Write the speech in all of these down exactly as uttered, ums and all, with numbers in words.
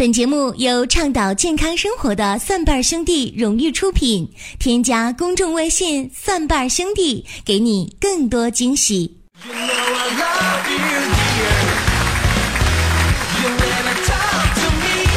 本节目由倡导健康生活的蒜瓣兄弟荣誉出品，添加公众微信蒜瓣兄弟，给你更多惊喜。You know I love you, dear. You never talk to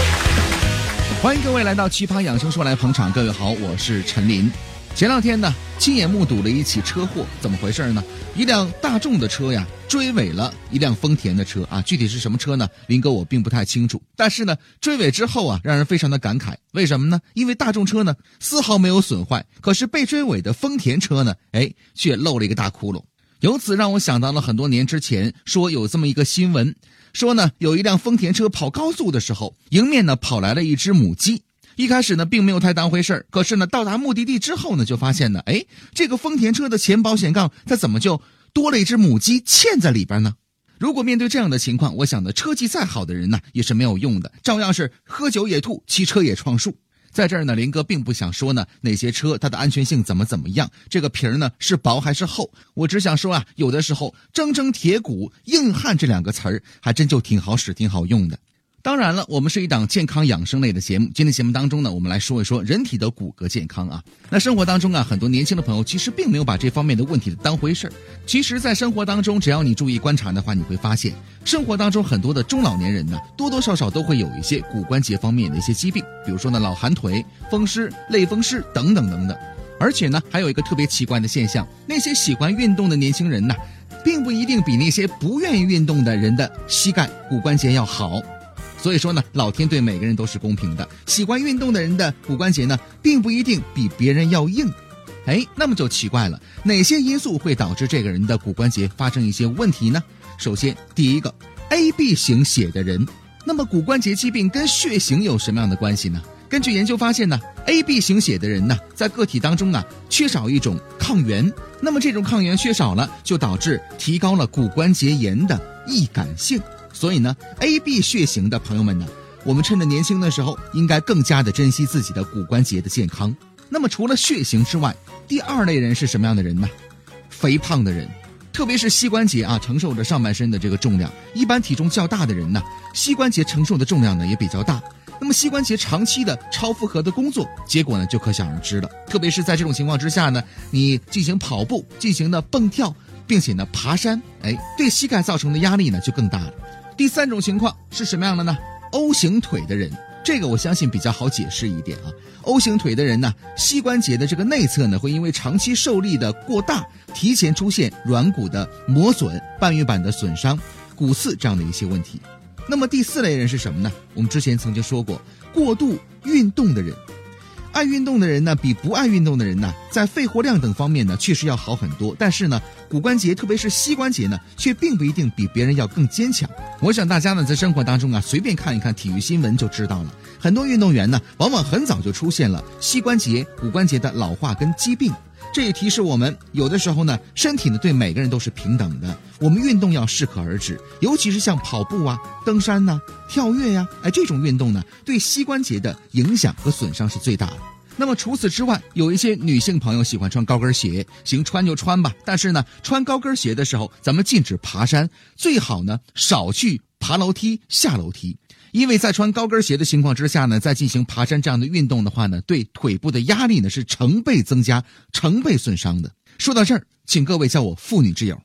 me. 欢迎各位来到奇葩养生说来捧场，各位好，我是陈林。前两天呢，亲眼目睹了一起车祸，怎么回事呢？一辆大众的车呀，追尾了一辆丰田的车啊，具体是什么车呢？林哥我并不太清楚，但是呢，追尾之后啊，让人非常的感慨。为什么呢？因为大众车呢丝毫没有损坏，可是被追尾的丰田车呢，哎，却漏了一个大窟窿。由此让我想到了很多年之前说有这么一个新闻，说呢有一辆丰田车跑高速的时候，迎面呢跑来了一只母鸡。一开始呢并没有太当回事，可是呢到达目的地之后呢，就发现呢，哎，这个丰田车的前保险杠它怎么就多了一只母鸡嵌在里边呢？如果面对这样的情况，我想呢车技再好的人呢也是没有用的，照样是喝酒也吐，骑车也撞树。在这儿呢，林哥并不想说呢哪些车它的安全性怎么怎么样，这个皮儿呢是薄还是厚，我只想说啊，有的时候铮铮铁骨硬汉这两个词儿还真就挺好使挺好用的。当然了，我们是一档健康养生类的节目，今天节目当中呢，我们来说一说人体的骨骼健康啊。那生活当中啊，很多年轻的朋友其实并没有把这方面的问题当回事。其实在生活当中，只要你注意观察的话，你会发现生活当中很多的中老年人呢，多多少少都会有一些骨关节方面的一些疾病，比如说呢老寒腿、风湿、类风湿等等等等。而且呢还有一个特别奇怪的现象，那些喜欢运动的年轻人呢，并不一定比那些不愿意运动的人的膝盖骨关节要好。所以说呢，老天对每个人都是公平的，喜欢运动的人的骨关节呢，并不一定比别人要硬。哎，那么就奇怪了，哪些因素会导致这个人的骨关节发生一些问题呢？首先，第一个 A B 型血的人，那么骨关节疾病跟血型有什么样的关系呢？根据研究发现呢 ，A B 型血的人呢，在个体当中呢，缺少一种抗原，那么这种抗原缺少了，就导致提高了骨关节炎的易感性。所以呢 A B 血型的朋友们呢，我们趁着年轻的时候应该更加的珍惜自己的骨关节的健康。那么除了血型之外，第二类人是什么样的人呢？肥胖的人，特别是膝关节啊承受着上半身的这个重量，一般体重较大的人呢，膝关节承受的重量呢也比较大，那么膝关节长期的超负荷的工作，结果呢就可想而知了。特别是在这种情况之下呢，你进行跑步，进行的蹦跳，并且呢爬山，哎，对膝盖造成的压力呢就更大了。第三种情况是什么样的呢？ O 型腿的人，这个我相信比较好解释一点啊。O 型腿的人呢，膝关节的这个内侧呢，会因为长期受力的过大，提前出现软骨的磨损、半月板的损伤、骨刺这样的一些问题。那么第四类人是什么呢？我们之前曾经说过，过度运动的人。爱运动的人呢，比不爱运动的人呢，在肺活量等方面呢，确实要好很多。但是呢，骨关节，特别是膝关节呢，却并不一定比别人要更坚强。我想大家呢，在生活当中啊，随便看一看体育新闻就知道了。很多运动员呢，往往很早就出现了膝关节、骨关节的老化跟疾病。这也提示我们，有的时候呢，身体呢对每个人都是平等的，我们运动要适可而止，尤其是像跑步啊、登山呐、啊、跳跃呀、啊，哎，这种运动呢，对膝关节的影响和损伤是最大的。那么除此之外，有一些女性朋友喜欢穿高跟鞋，行穿就穿吧，但是呢，穿高跟鞋的时候，咱们禁止爬山，最好呢少去爬楼梯、下楼梯。因为在穿高跟鞋的情况之下呢，在进行爬山这样的运动的话呢，对腿部的压力呢是成倍增加、成倍损伤的。说到这儿，请各位叫我妇女之友。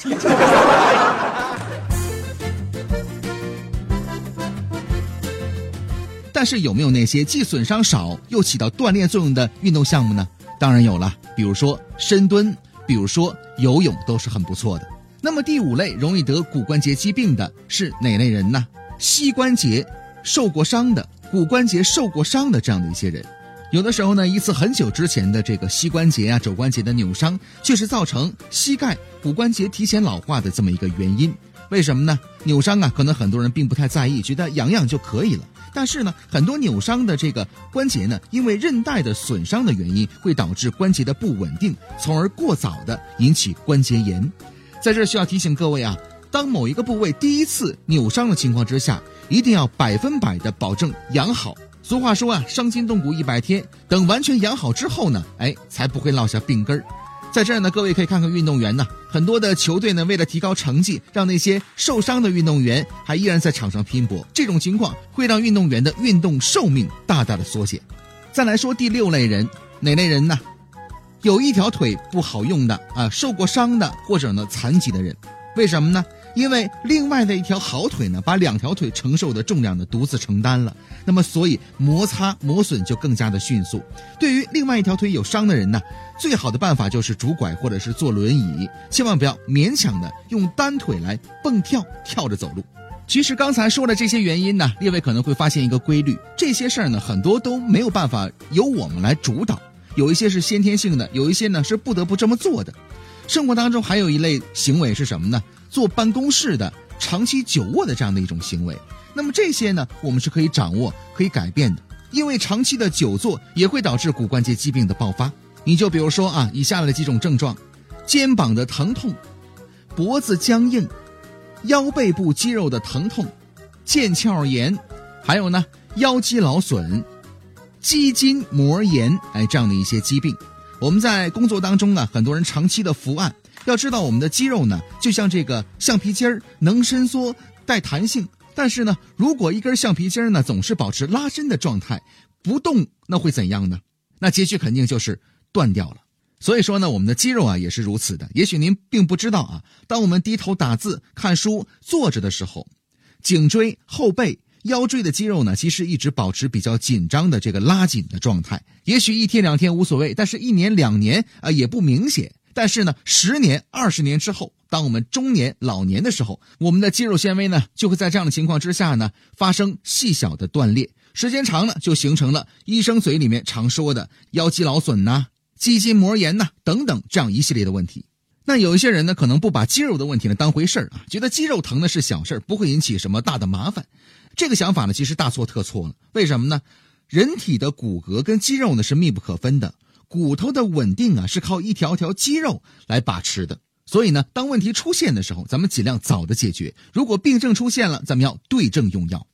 但是有没有那些既损伤少又起到锻炼作用的运动项目呢？当然有了，比如说深蹲，比如说游泳都是很不错的。那么第五类容易得骨关节疾病的是哪类人呢？膝关节受过伤的、骨关节受过伤的这样的一些人。有的时候呢，一次很久之前的这个膝关节啊、肘关节的扭伤，却是造成膝盖骨关节提前老化的这么一个原因。为什么呢？扭伤啊，可能很多人并不太在意，觉得养养就可以了。但是呢，很多扭伤的这个关节呢，因为韧带的损伤的原因，会导致关节的不稳定，从而过早的引起关节炎。在这需要提醒各位啊，当某一个部位第一次扭伤的情况之下，一定要百分百的保证养好。俗话说啊，伤筋动骨一百天，等完全养好之后呢，哎，才不会落下病根儿。 在这儿呢，各位可以看看运动员呢，很多的球队呢，为了提高成绩，让那些受伤的运动员还依然在场上拼搏，这种情况会让运动员的运动寿命大大的缩减。再来说第六类人，哪类人呢？有一条腿不好用的啊，受过伤的，或者呢残疾的人。为什么呢？因为另外的一条好腿呢，把两条腿承受的重量呢独自承担了，那么所以摩擦磨损就更加的迅速。对于另外一条腿有伤的人呢，最好的办法就是拄拐或者是坐轮椅，千万不要勉强的用单腿来蹦跳跳着走路。其实刚才说的这些原因呢，列位可能会发现一个规律，这些事儿呢很多都没有办法由我们来主导，有一些是先天性的，有一些呢是不得不这么做的。生活当中还有一类行为是什么呢？坐办公室的长期久卧的这样的一种行为。那么这些呢我们是可以掌握可以改变的，因为长期的久坐也会导致骨关节疾病的爆发。你就比如说啊，以下的几种症状：肩膀的疼痛，脖子僵硬，腰背部肌肉的疼痛，腱鞘炎，还有呢腰肌劳损，肌筋膜炎，哎，这样的一些疾病。我们在工作当中啊，很多人长期的伏案，要知道我们的肌肉呢就像这个橡皮筋儿，能伸缩带弹性，但是呢如果一根橡皮筋呢总是保持拉伸的状态不动，那会怎样呢？那结局肯定就是断掉了。所以说呢，我们的肌肉啊也是如此的。也许您并不知道啊，当我们低头打字看书坐着的时候，颈椎后背腰椎的肌肉呢其实一直保持比较紧张的这个拉紧的状态。也许一天两天无所谓，但是一年两年啊、呃、也不明显。但是呢十年二十年之后，当我们中年老年的时候，我们的肌肉纤维呢就会在这样的情况之下呢发生细小的断裂，时间长了就形成了医生嘴里面常说的腰肌劳损呐、肌筋膜炎呐等等这样一系列的问题。那有一些人呢可能不把肌肉的问题呢当回事儿啊，觉得肌肉疼的是小事，不会引起什么大的麻烦。这个想法呢其实大错特错了。为什么呢？人体的骨骼跟肌肉呢是密不可分的，骨头的稳定啊是靠一条条肌肉来把持的。所以呢当问题出现的时候，咱们尽量早的解决，如果病症出现了，咱们要对症用药。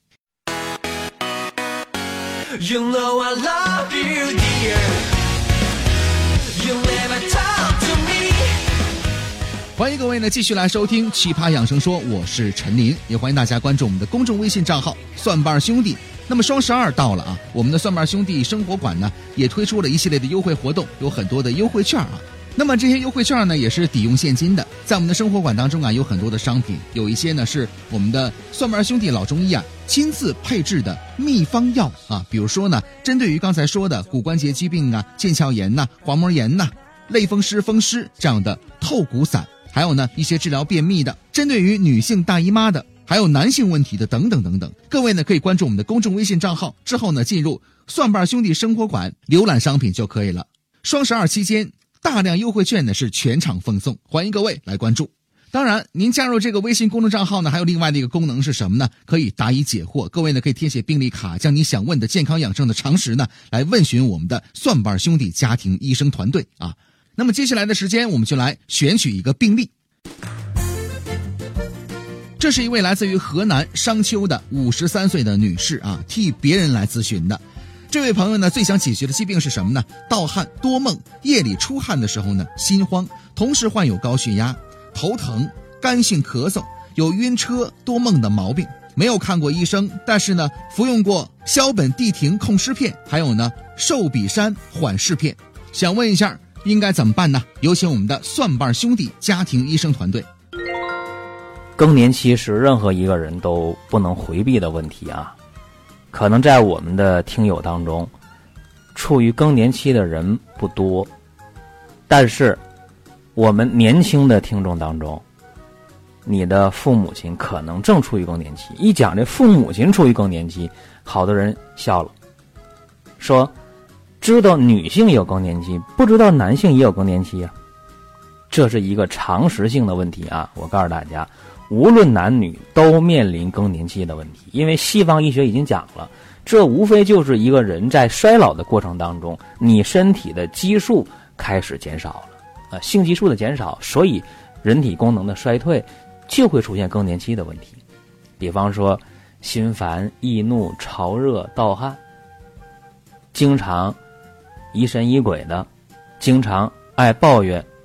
You know I love you, dear. You never talk to me. 欢迎各位呢继续来收听奇葩养生说，我是陈林，也欢迎大家关注我们的公众微信账号蒜瓣兄弟。那么双十二到了啊，我们的蒜瓣兄弟生活馆呢也推出了一系列的优惠活动，有很多的优惠券啊。那么这些优惠券呢也是抵用现金的，在我们的生活馆当中啊有很多的商品，有一些呢是我们的蒜瓣兄弟老中医啊亲自配制的秘方药啊，比如说呢针对于刚才说的骨关节疾病啊、腱鞘炎呐、滑膜炎呐、类风湿、风湿这样的透骨散，还有呢一些治疗便秘的，针对于女性大姨妈的，还有男性问题的等等等等。各位呢可以关注我们的公众微信账号，之后呢进入蒜瓣兄弟生活馆浏览商品就可以了。双十二期间大量优惠券呢是全场奉送，欢迎各位来关注。当然您加入这个微信公众账号呢还有另外的一个功能是什么呢？可以答疑解惑，各位呢可以填写病历卡，将你想问的健康养生的常识呢来问询我们的蒜瓣兄弟家庭医生团队啊。那么接下来的时间我们就来选取一个病例。这是一位来自于河南商丘的五十三岁的女士啊，替别人来咨询的。这位朋友呢最想解决的疾病是什么呢？盗汗、多梦，夜里出汗的时候呢心慌，同时患有高血压、头疼、干性咳嗽，有晕车、多梦的毛病。没有看过医生，但是呢服用过硝苯地停控湿片，还有呢寿比山缓释片。想问一下应该怎么办呢？有请我们的蒜瓣兄弟家庭医生团队。 更年期是任何一个人都不能回避的问题啊。可能在我们的听友当中，处于更年期的人不多，但是我们年轻的听众当中，你的父母亲可能正处于更年期。一讲这父母亲处于更年期，好多人笑了，说知道女性有更年期，不知道男性也有更年期啊。这是一个常识性的问题啊！我告诉大家，无论男女都面临更年期的问题，因为西方医学已经讲了，这无非就是一个人在衰老的过程当中，你身体的激素开始减少了，呃，性激素的减少，所以人体功能的衰退，就会出现更年期的问题。比方说心烦、易怒、潮热、盗汗，经常疑神疑鬼的，经常爱抱怨、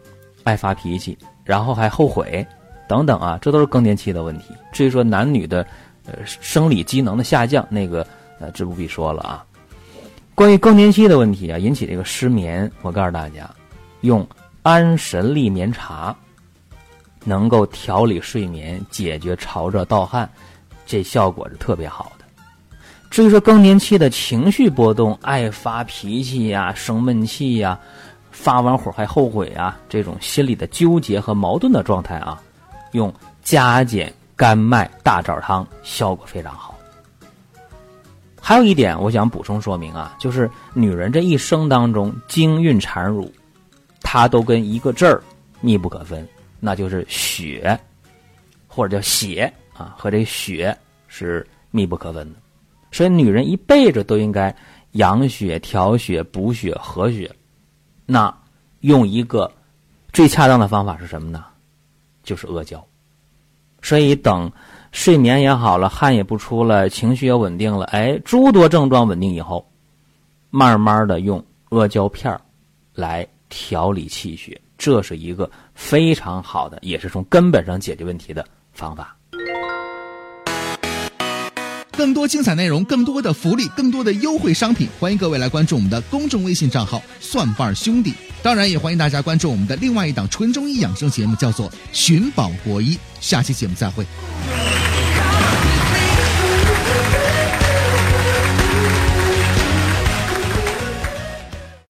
爱发脾气，然后还后悔等等啊，这都是更年期的问题。至于说男女的呃生理机能的下降，那个呃这不必说了啊。关于更年期的问题啊，引起这个失眠，我告诉大家，用安神利眠茶能够调理睡眠，解决潮热盗汗，这效果是特别好的。至于说更年期的情绪波动，爱发脾气呀、生闷气呀、发完火还后悔啊，这种心理的纠结和矛盾的状态啊，用加减甘麦大枣汤效果非常好。还有一点我想补充说明啊，就是女人这一生当中经孕产乳，它都跟一个字儿密不可分，那就是血，或者叫血啊，和这个血是密不可分的。所以女人一辈子都应该养血、调血、补血、和血。那用一个最恰当的方法是什么呢？就是阿胶。所以等睡眠也好了，汗也不出了，情绪也稳定了，哎，诸多症状稳定以后，慢慢的用阿胶片来调理气血，这是一个非常好的，也是从根本上解决问题的方法。 更多精彩内容，更多的福利，更多的优惠商品，欢迎各位来关注我们的公众微信账号蒜瓣兄弟。当然也欢迎大家关注我们的另外一档纯中医养生节目，叫做寻宝国医。下期节目再会。